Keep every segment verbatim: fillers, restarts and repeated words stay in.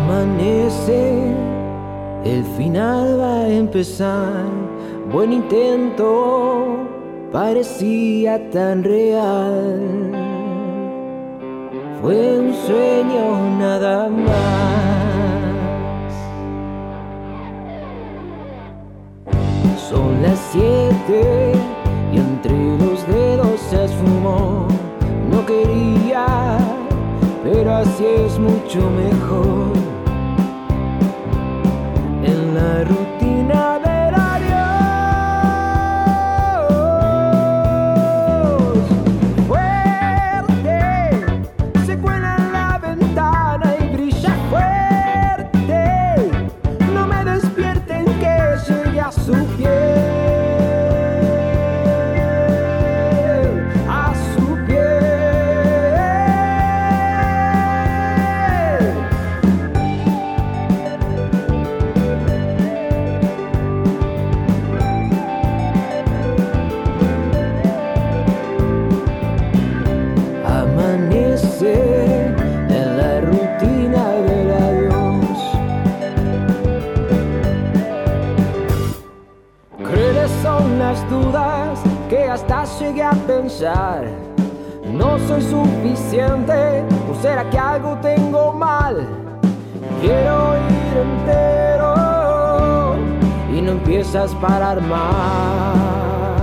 Amanece, el final va a empezar. Buen intento, parecía tan real. Fue un sueño nada más. Son las siete y entre los dedos se esfumó. No quería, pero así es mucho mejor. En la rutina del adiós, fuerte, se cuela en la ventana y brilla fuerte. No me despierten que llegue a su piel. En la rutina del adiós, creer son las dudas que hasta llegué a pensar. No soy suficiente, ¿o será que algo tengo mal? Quiero ir entero y no empiezas a parar más.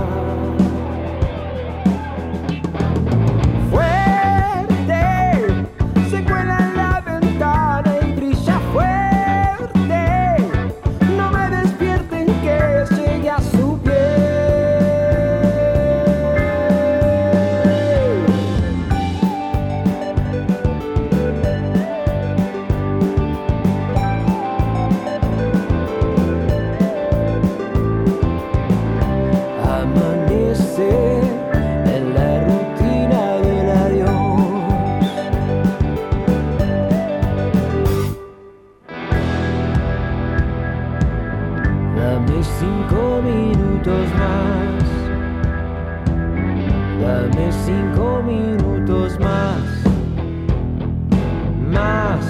Dame cinco minutos más. Dame cinco minutos más. Más.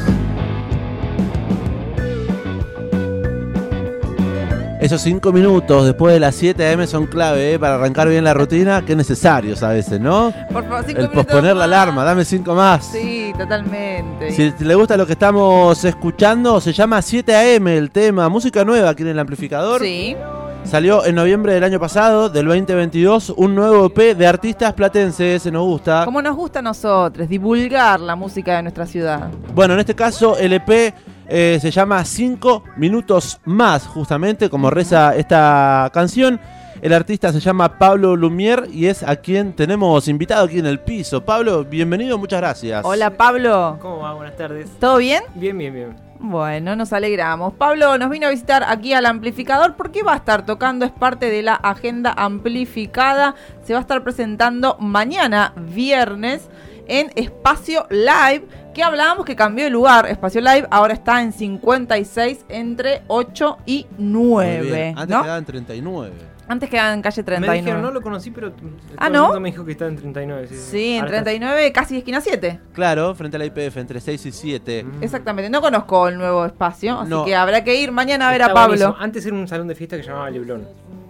Esos cinco minutos después de las siete a eme son clave, ¿eh? Para arrancar bien la rutina, que necesarios a veces, ¿no? Por favor, cinco El minutos posponer la más. alarma, dame cinco más. Sí, totalmente. Si le gusta lo que estamos escuchando, se llama siete a eme el tema, música nueva aquí en el amplificador. Sí. Salió en noviembre del año pasado, del veinte veintidós, un nuevo E Pe de artistas platenses, se nos gusta. Como nos gusta a nosotros, divulgar la música de nuestra ciudad. Bueno, en este caso el E Pe eh, se llama cinco minutos más, justamente como reza esta canción. El artista se llama Pablo Lumière y es a quien tenemos invitado aquí en el piso. Pablo, bienvenido, muchas gracias. Hola, Pablo. ¿Cómo va? Buenas tardes. ¿Todo bien? Bien, bien, bien. Bueno, nos alegramos. Pablo nos vino a visitar aquí al amplificador. ¿Por qué va a estar tocando? Es parte de la agenda amplificada. Se va a estar presentando mañana, viernes, en Espacio Live, que hablábamos que cambió de lugar. Espacio Live ahora está en cincuenta y seis entre ocho y nueve. Antes ¿no? quedaba en treinta y nueve. Antes quedaba en calle treinta y nueve. Me dijeron, no lo conocí, pero Ah, todo ¿no? el mundo me dijo que estaba en treinta y nueve. Sí, Sí, en Ahora treinta y nueve, casi esquina siete. Claro, frente a la I P F, entre seis y siete. Mm. Exactamente, no conozco el nuevo espacio, así No. que habrá que ir mañana a ver Está a Pablo. buenísimo. Antes era un salón de fiesta que se llamaba Leblon.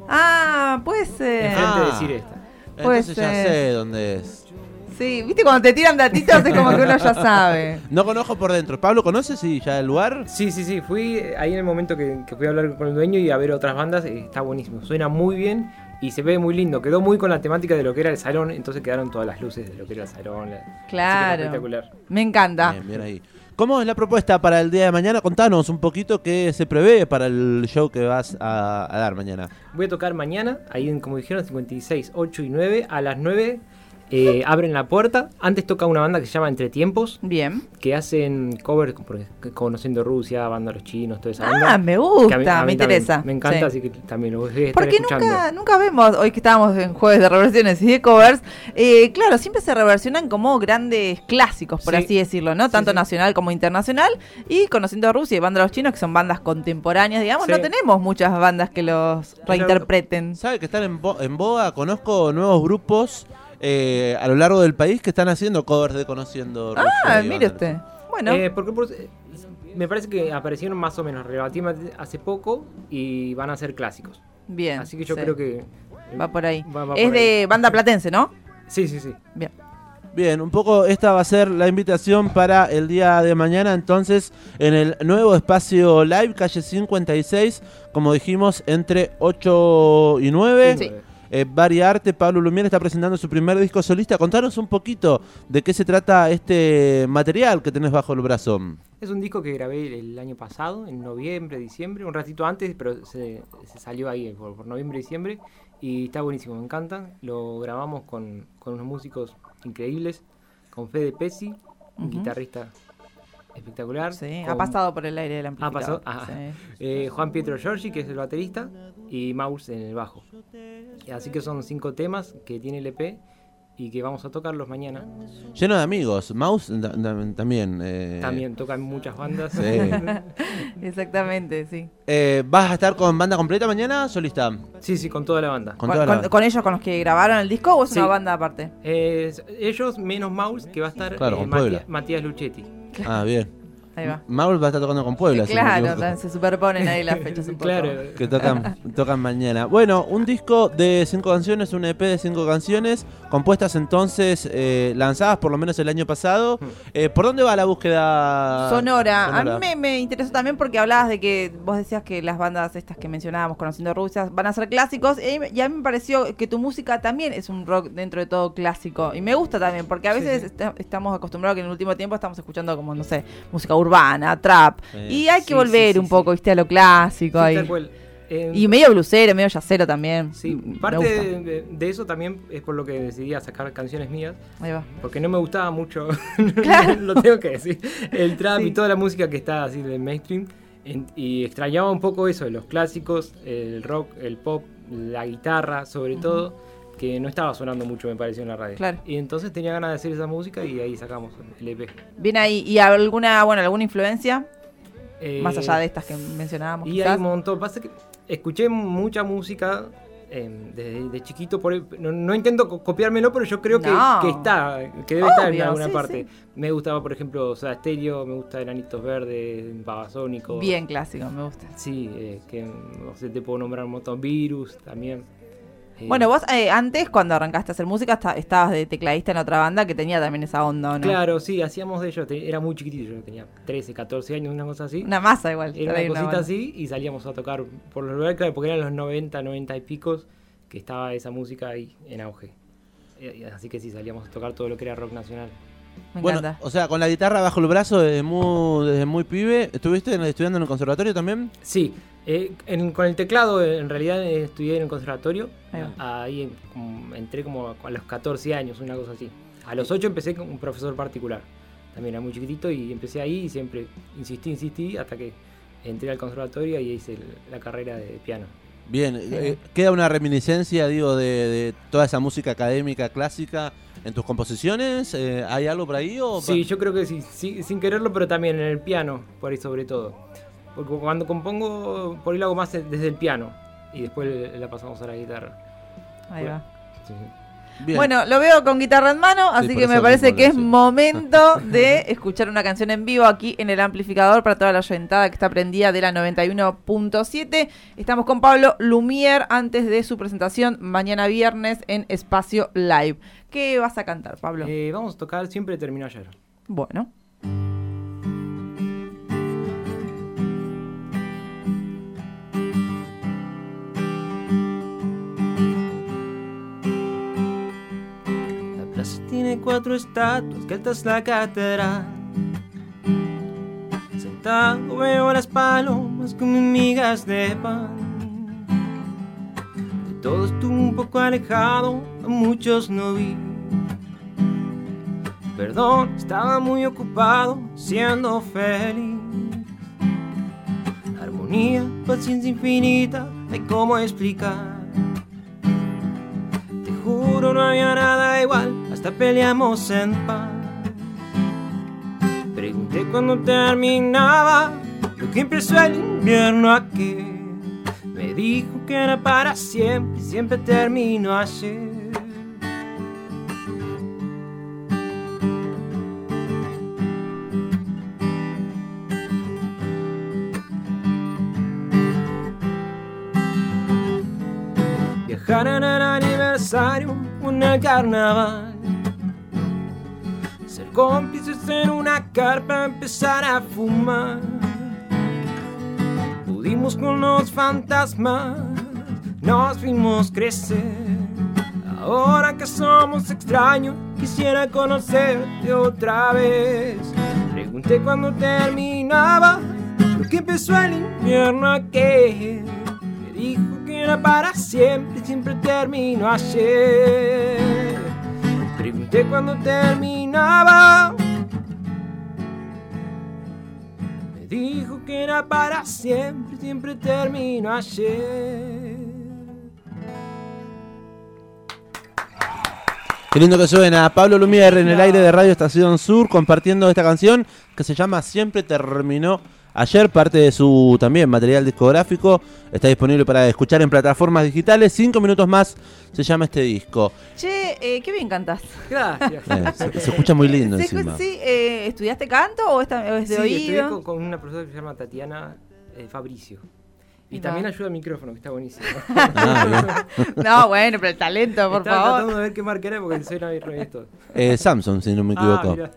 Ah, puede ser. Enfrente Ah. de Decir esta. Puede Entonces ya ser. sé dónde es. Sí, viste cuando te tiran datitos es como que uno ya sabe. No conozco por dentro. ¿Pablo conoce sí, ya el lugar? Sí, sí, sí. Fui ahí en el momento que, que fui a hablar con el dueño y a ver otras bandas. eh, Está buenísimo. Suena muy bien y se ve muy lindo. Quedó muy con la temática de lo que era el salón. Entonces quedaron todas las luces de lo que era el salón. la- así que Claro. espectacular. Me encanta. Bien, bien ahí. ¿Cómo es la propuesta para el día de mañana? Contanos un poquito qué se prevé para el show que vas a, a dar mañana. Voy a tocar mañana, ahí en, como dijeron, cincuenta y seis, ocho y nueve. A las nueve eh, abren la puerta. Antes toca una banda que se llama Entre Tiempos, Bien. que hacen covers, por- conociendo Rusia, banda Los Chinos, toda esa banda. Ah, me Que gusta, a mí- a me mí también interesa. Me encanta, Sí. así que también lo voy a estar Porque escuchando. nunca, nunca vemos, hoy que estábamos en jueves de reversiones y de covers, eh, claro, siempre se reversionan como grandes clásicos, por Sí. así decirlo, ¿no? Sí, Tanto sí. nacional como internacional. Y conociendo a Rusia y banda Los Chinos, que son bandas contemporáneas, digamos, Sí. no tenemos muchas bandas que los reinterpreten. ¿Sabe que están en, bo- en boga? Conozco nuevos grupos eh, a lo largo del país que están haciendo covers de Conociendo Rusia. Ah, y mire bandas. usted. Bueno, Eh, porque por- eh, me parece que aparecieron más o menos relativamente hace poco y van a ser clásicos. Bien. Así que yo sí. creo que... Va por ahí. Va- va es por de ahí. banda platense, ¿no? Sí, sí, sí. Bien. Bien, un poco esta va a ser la invitación para el día de mañana, entonces, en el nuevo espacio live, calle cincuenta y seis, como dijimos, entre ocho y nueve. Sí. Eh, Variarte, Pablo Lumier está presentando su primer disco solista. Contanos un poquito de qué se trata este material que tenés bajo el brazo. Es un disco que grabé el año pasado, en noviembre, diciembre, un ratito antes, pero se, se salió ahí por, por noviembre, diciembre, y está buenísimo, me encanta. Lo grabamos con, con unos músicos increíbles, con Fede Pesci, un Ujú. guitarrista espectacular. Sí, con- ha pasado por el aire del Ha amplificador. pasado, ah, Sí. eh, Juan Pietro Giorgi, que es el baterista, y Maus en el bajo. Así que son cinco temas que tiene el E P y que vamos a tocarlos mañana. Lleno de amigos. Mouse da- da- también. eh, También tocan muchas bandas. Sí. Exactamente, sí. Eh, ¿Vas a estar con banda completa mañana, solista? sí, sí, con toda la banda. Con ¿Con, toda la- con- con ellos con los que grabaron el disco o es Sí. una banda aparte? Eh, ellos menos Maus, que va a estar Claro, eh, con Puebla. Matías, Matías Luchetti. Ah, bien. Ahí va. Maul va a estar tocando con Puebla. si no me Claro, equivoco. tan- se superponen ahí las fechas un poco. Claro. Que tocan, tocan mañana. Bueno, un disco de cinco canciones, un E P de cinco canciones, compuestas entonces, eh, lanzadas por lo menos el año pasado. Eh, ¿Por dónde va la búsqueda Sonora. A sonora? mí me, me interesó también porque hablabas de que vos decías que las bandas estas que mencionábamos, Conociendo Rusias, van a ser clásicos. Y, y a mí me pareció que tu música también es un rock dentro de todo clásico. Y me gusta también, porque a Sí, veces sí. esta- estamos acostumbrados que en el último tiempo estamos escuchando como, no sé, música urbana, trap. Sí. Y hay que Sí, volver sí, sí, un sí. poco, viste, a lo clásico. Sí, ahí. tal cual. Eh, Y medio blusero, medio yacero también. sí, Me parte gusta. de, de- de eso también es por lo que decidí a sacar canciones mías, Ahí va. porque no me gustaba mucho, Claro. lo tengo que decir, el trap Sí. y toda la música que está así del mainstream. En- y extrañaba un poco eso, de los clásicos, el rock, el pop, la guitarra sobre Ujú. todo, que no estaba sonando mucho me pareció en la radio. Claro. Y entonces tenía ganas de hacer esa música y ahí sacamos el E P. Bien ahí. ¿Y alguna, bueno, alguna influencia? Eh, Más allá de estas que mencionábamos. Y quizás. hay un montón. Pasa que escuché mucha música eh, desde de chiquito. Por, no, no intento co- copiármelo, pero yo creo que, No. que está, que debe estar en Obvio, alguna sí, parte. sí. Me gustaba, por ejemplo, Soda Stereo, me gusta Enanitos Verdes, Babasónicos. Bien clásico, me gusta. Sí, eh, que no sé, te puedo nombrar un montón. Virus también. Eh, Bueno, vos eh, antes, cuando arrancaste a hacer música, esta- estabas de tecladista en otra banda que tenía también esa onda, ¿o no? Claro, sí, hacíamos de ello. te- Era muy chiquitito, yo tenía trece, catorce años, una cosa así. Una masa igual. Era trae una una cosita banda. así y salíamos a tocar por los lugares, claro, porque eran los noventa, noventa y picos que estaba esa música ahí en auge. Eh, Así que sí, salíamos a tocar todo lo que era rock nacional. Me Bueno, encanta. o sea, con la guitarra bajo el brazo desde muy, desde muy pibe. ¿Estuviste en- estudiando en el conservatorio también? Sí, eh, en- con el teclado eh, en realidad eh, estudié en el conservatorio. Ahí va. Ahí en- como- entré como a los catorce años, una cosa así. A los ocho empecé con un profesor particular. También era muy chiquitito y empecé ahí y siempre insistí, insistí hasta que entré al conservatorio y hice el- la carrera de piano. Bien, eh, ¿queda una reminiscencia, digo, de, de toda esa música académica clásica en tus composiciones? Eh, ¿Hay algo por ahí? O Sí, yo creo que sí, sí, sin quererlo, pero también en el piano, por ahí sobre todo. Porque cuando compongo, por ahí lo hago más desde el piano y después la pasamos a la guitarra. Ahí va. Sí. Bien. Bueno, lo veo con guitarra en mano, así por que me eso parece mismo que lo es sé. momento de escuchar una canción en vivo aquí en el amplificador para toda la oyentada que está prendida de la noventa y uno punto siete. Estamos con Pablo Lumier antes de su presentación mañana viernes en Espacio Live. ¿Qué vas a cantar, Pablo? Eh, vamos a tocar Siempre Terminó Ayer. Bueno. La plaza tiene cuatro estatuas que altas la catedral. Sentado veo las palomas como migas de pan. De todo estuve un poco alejado, a muchos no vi. Perdón, estaba muy ocupado siendo feliz. Armonía, paciencia infinita, hay cómo explicar. Te juro no había nada igual, hasta peleamos en paz. Pregunté cuando terminaba lo que empezó el invierno aquel. Me dijo que era para siempre y siempre terminó ayer. en el carnaval. Ser cómplices en una carpa, empezar a fumar. Pudimos con los fantasmas, nos vimos crecer. Ahora que somos extraños, quisiera conocerte otra vez. Pregunté cuándo terminaba, porque empezó el invierno aquel. Me dijo que era para siempre, siempre terminó ayer. Pregunté cuándo terminaba, me dijo que era para siempre, siempre terminó ayer. Qué lindo que suena Pablo Lumier en el aire de Radio Estación Sur compartiendo esta canción que se llama Siempre Terminó Ayer, parte de su también material discográfico. Está disponible para escuchar en plataformas digitales. Cinco minutos más se llama este disco. Che, eh, qué bien cantás. Gracias. Eh, se, se escucha muy lindo ¿Sí, encima. sí, eh, ¿estudiaste canto o, esta, o es de Sí, oído? estudié con, con una profesora que se llama Tatiana eh, Fabricio. Y No. también ayuda al micrófono, que está buenísimo. Ah, bien. No, bueno, pero el talento, por Estaba favor. tratando de ver qué marca era porque suena bien esto. Eh, Samsung, si no me equivoco. Ah, mirá.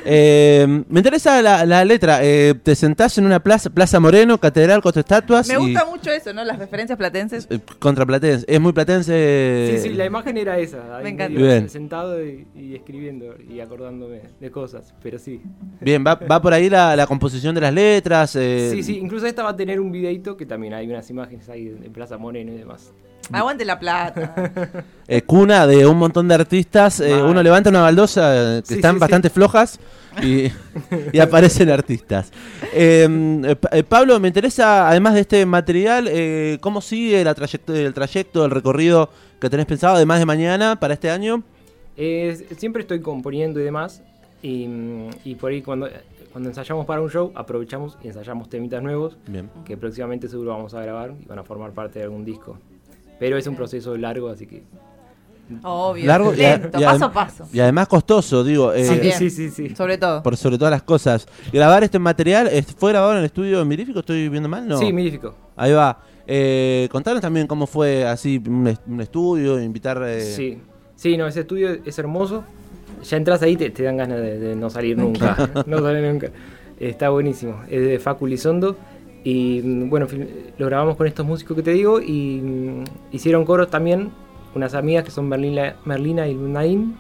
Eh, me interesa la, la letra. Eh, te sentás en una plaza, Plaza Moreno, catedral con tus estatuas. Me y, gusta mucho eso, ¿no? Las referencias platenses. eh, contra Platense. Es muy platense. Sí, sí, la imagen era esa. Ahí Me encanta. medio Bien. Sentado y, y escribiendo y acordándome de cosas, pero sí. Bien, va, va por ahí la, la composición de las letras. eh, Sí, sí, incluso esta va a tener un videito que también hay unas imágenes ahí en Plaza Moreno y demás. Aguante la plata. eh, cuna de un montón de artistas. eh, Mal. uno levanta una baldosa eh, que Sí, están sí, bastante sí. flojas y, y aparecen artistas. Eh, eh, Pa- eh, Pablo, me interesa, además de este material, eh, ¿cómo sigue la trayecto- el trayecto, el recorrido que tenés pensado, además de mañana, para este año? Eh, siempre estoy componiendo y demás. Y, y por ahí cuando, cuando ensayamos para un show, aprovechamos y ensayamos temitas nuevos Bien. que próximamente seguro vamos a grabar y van a formar parte de algún disco. Pero es un proceso largo, así que... Obvio. Largo y a- lento, y paso adem- a paso. Y además costoso, digo. eh, También. sí, sí, sí. Sobre todo. Por sobre todas las cosas. Grabar este material, eh, ¿fue grabado en el estudio Mirífico? ¿Estoy viendo mal? No. Sí, Mirífico. Ahí va. Eh, contanos también cómo fue así un, est- un estudio, invitar... eh, Sí, sí, no, ese estudio es hermoso. Ya entras ahí, te, te dan ganas de, de no salir nunca. no salir nunca. Está buenísimo. Es de Facu Lizondo. Y mm, bueno, fil- lo grabamos con estos músicos que te digo. Y mm, hicieron coros también unas amigas que son Merlina, Merlina y Lunaín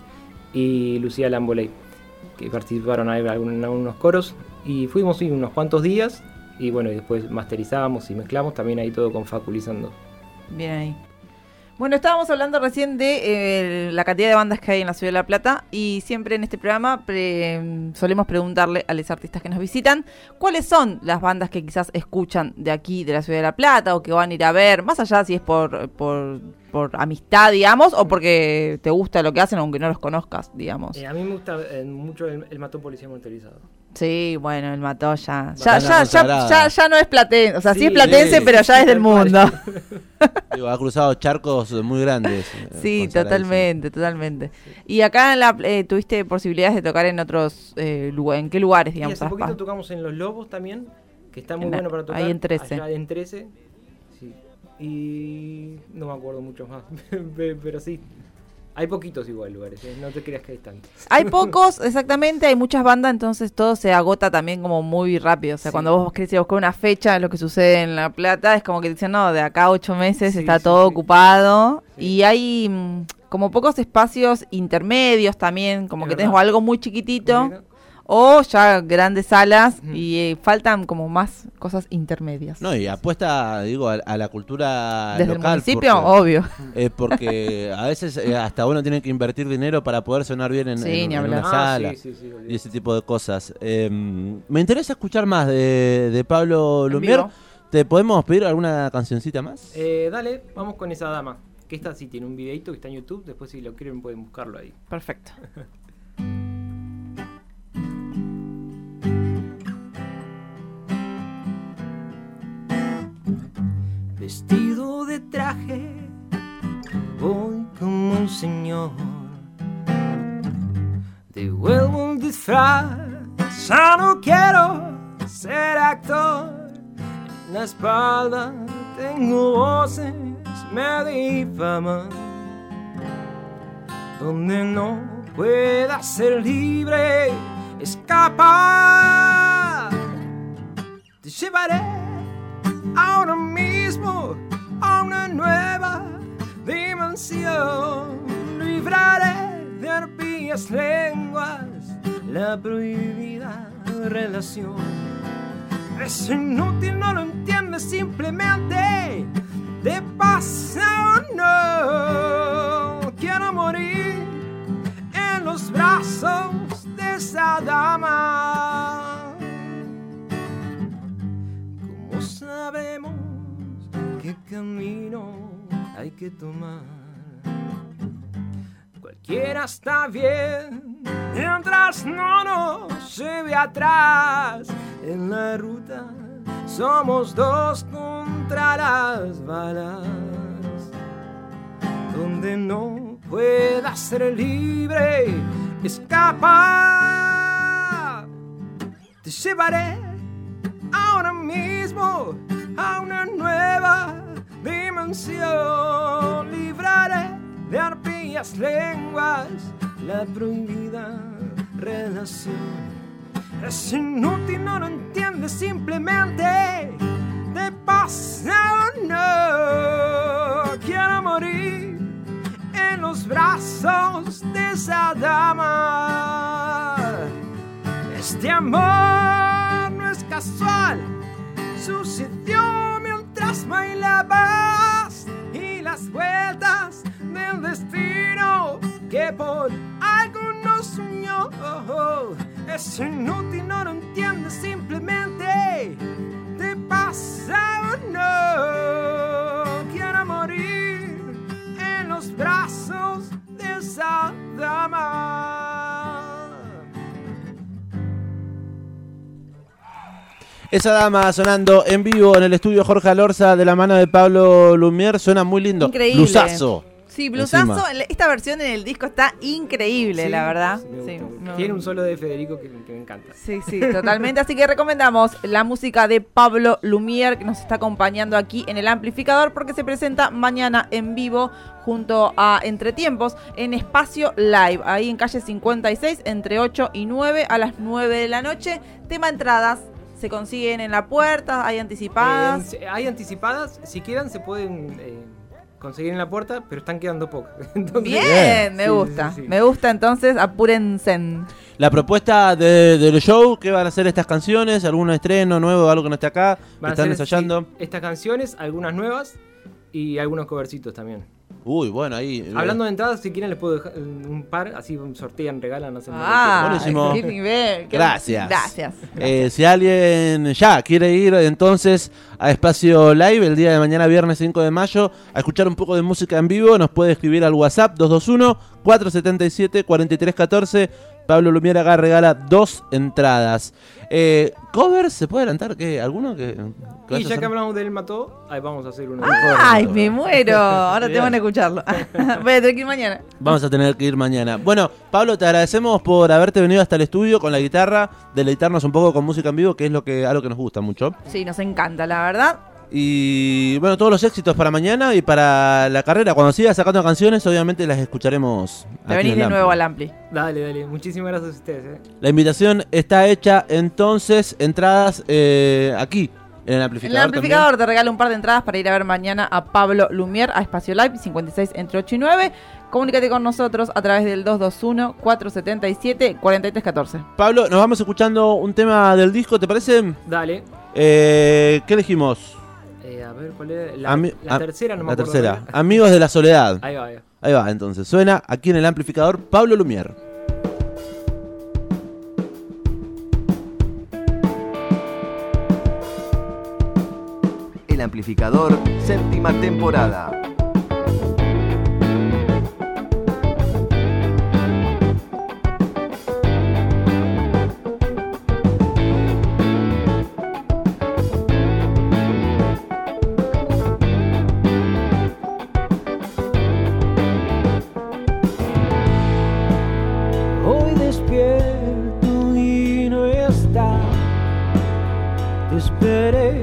y Lucía Lamboley, que participaron ahí en algunos unos coros. Y fuimos sí, unos cuantos días. Y bueno, y después masterizamos y mezclamos también ahí todo con Facu Lizondo. Bien ahí. Bueno, estábamos hablando recién de eh, la cantidad de bandas que hay en la Ciudad de La Plata y siempre en este programa pre- solemos preguntarle a los artistas que nos visitan cuáles son las bandas que quizás escuchan de aquí, de la Ciudad de La Plata, o que van a ir a ver, más allá si es por, por, por amistad, digamos, o porque te gusta lo que hacen aunque no los conozcas, digamos. Eh, a mí me gusta eh, mucho el, el matón policía motorizado. Sí, bueno, el mató ya. Ya, Banda ya, ya, consagrada. ya, ya no es platense, o sea, sí, Sí, es platense, sí, pero ya es del tal cual. mundo. Digo, ha cruzado charcos muy grandes. eh, Sí, consagradísimo. totalmente, totalmente. Y acá en la, eh, tuviste posibilidades de tocar en otros eh, lugares, ¿en qué lugares, Y digamos? hace has poquito pa- tocamos en Los Lobos también, que está muy En la- bueno para tocar. ahí en trece. Allá en trece. Sí. Y no me acuerdo mucho más, pero sí. Hay poquitos igual lugares, ¿eh? No te creas que hay tantos. Hay pocos, exactamente, hay muchas bandas, entonces todo se agota también como muy rápido. O sea, Sí. cuando vos querés ir a buscar una fecha, es lo que sucede en La Plata, es como que dicen, no, de acá a ocho meses Sí, está sí, todo sí. ocupado. Sí. Y hay mm, como pocos espacios intermedios también, como Es que tenés verdad. o algo muy chiquitito. Bueno, O ya grandes salas Ujú. y eh, faltan como más cosas intermedias. No, y apuesta, digo, a, a la cultura Desde local. el municipio, porque, obvio. eh, porque a veces eh, hasta uno tiene que invertir dinero para poder sonar bien en, Sí, en- ni en hablar. una ah, sala. sí, sí, sí, olvidé. Y ese tipo de cosas. Eh, me interesa escuchar más de, de Pablo En Lumier. vivo. ¿Te podemos pedir alguna cancioncita más? Eh, dale, vamos con esa dama. Que esta sí tiene un videito que está en YouTube. Después, si lo quieren, pueden buscarlo ahí. Perfecto. Vestido de traje, voy como un señor. Devuelvo un disfraz, ya no quiero ser actor. En la espalda tengo voces, me difaman. donde no pueda ser libre, escapar. Te llevaré ahora mismo a una nueva dimensión. Libraré de arpías lenguas la prohibida relación. Es inútil, no lo entiendes, simplemente te pasa o no. Quiero morir en los brazos de esa dama. ¿Cómo sabemos qué camino hay que tomar? Cualquiera está bien, mientras no nos lleve atrás. En la ruta somos dos contra las balas, donde no pueda ser libre, escapar. Te llevaré ahora mismo a una nueva dimensión. Libraré de arpías lenguas la prohibida relación. Es inútil, no lo entiendes, simplemente te pasa o no. Quiero morir en los brazos de esa dama. Este amor no es casual, sucedió mientras bailabas, y las vueltas del destino que por algo nos unió. Es inútil, no lo entiendes, simplemente te pasa o no. Quiero morir en los brazos de esa dama. Esa dama sonando en vivo en el estudio Jorge Alorza de la mano de Pablo Lumier, suena muy lindo. Increíble. Blusazo. Sí, blusazo. Encima. Esta versión en el disco está increíble, Sí, la verdad. me Sí, gusta. no. Tiene un solo de Federico que, que me encanta. Sí, sí, totalmente. Así que recomendamos la música de Pablo Lumier, que nos está acompañando aquí en el amplificador, porque se presenta mañana en vivo junto a Entretiempos en Espacio Live, ahí en calle cincuenta y seis, entre ocho y nueve, a las nueve de la noche. Tema entradas. Se consiguen en la puerta, hay anticipadas. Eh, hay anticipadas, si quedan se pueden eh, conseguir en la puerta, pero están quedando pocas. Entonces, Bien, Bien. me Sí, gusta. sí, sí. Me gusta, entonces apúrense. La propuesta de- del show, ¿qué van a ser estas canciones? ¿Algún estreno nuevo, algo que no esté acá? van a ¿Están ser, ensayando? sí, estas canciones, algunas nuevas y algunos covercitos también. Uy, bueno, ahí. eh, Hablando de entradas, si quieren les puedo dejar un par, así sortean, regalan, hacen lo que Ah, Buenísimo. qué nivel. qué- Gracias. Gracias. Eh, si alguien ya quiere ir entonces a Espacio Live el día de mañana, viernes cinco de mayo, a escuchar un poco de música en vivo, nos puede escribir al WhatsApp dos dos uno, cuatro siete siete, cuatro tres uno cuatro. Pablo Lumier acá regala dos entradas. Eh, ¿Covers? ¿Se puede adelantar? ¿Qué? ¿Alguno que, que Y vaya a ya hacer? que hablamos de Él Mató, ahí vamos a hacer una. Ay, me muero. Ahora Bien. tengo que escucharlo. Voy a tener que ir mañana. Vamos a tener que ir mañana. Bueno, Pablo, te agradecemos por haberte venido hasta el estudio con la guitarra, deleitarnos un poco con música en vivo, que es lo que algo que nos gusta mucho. Sí, nos encanta, la verdad. Y bueno, todos los éxitos para mañana y para la carrera. Cuando sigas sacando canciones, obviamente las escucharemos. Te aquí venís en de el nuevo al Ampli. Ampli. Dale, dale. Muchísimas gracias a ustedes. Eh. La invitación está hecha, entonces, entradas eh, aquí, en el En amplificador. el amplificador te regalo un par de entradas para ir a ver mañana a Pablo Lumier a Espacio Live cincuenta y seis entre ocho y nueve. Comunícate con nosotros a través del dos dos uno, cuatro siete siete, cuatro tres uno cuatro. También. Pablo, nos vamos escuchando un tema del disco, ¿te parece? Dale. Eh, ¿Qué elegimos? Eh, a ver, ¿cuál es? La, Ami- la a- tercera, no me La acuerdo. tercera. Amigos de la Soledad. Ahí va, ahí va. Ahí va, entonces. Suena aquí en el amplificador Pablo Lumier. El Amplificador, séptima temporada. Hoy despierto y no está. Te esperé,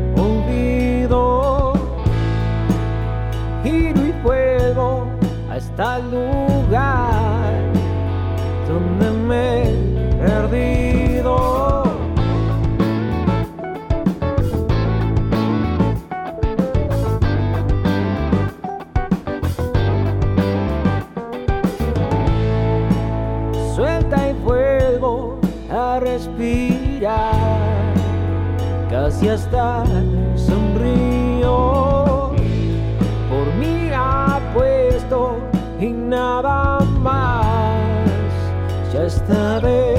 olvido. Giro y juego hasta hasta el lugar donde me he perdido. Suelta y vuelvo a respirar, casi hasta sonrío. Por mí apuesto y nada más. Ya esta vez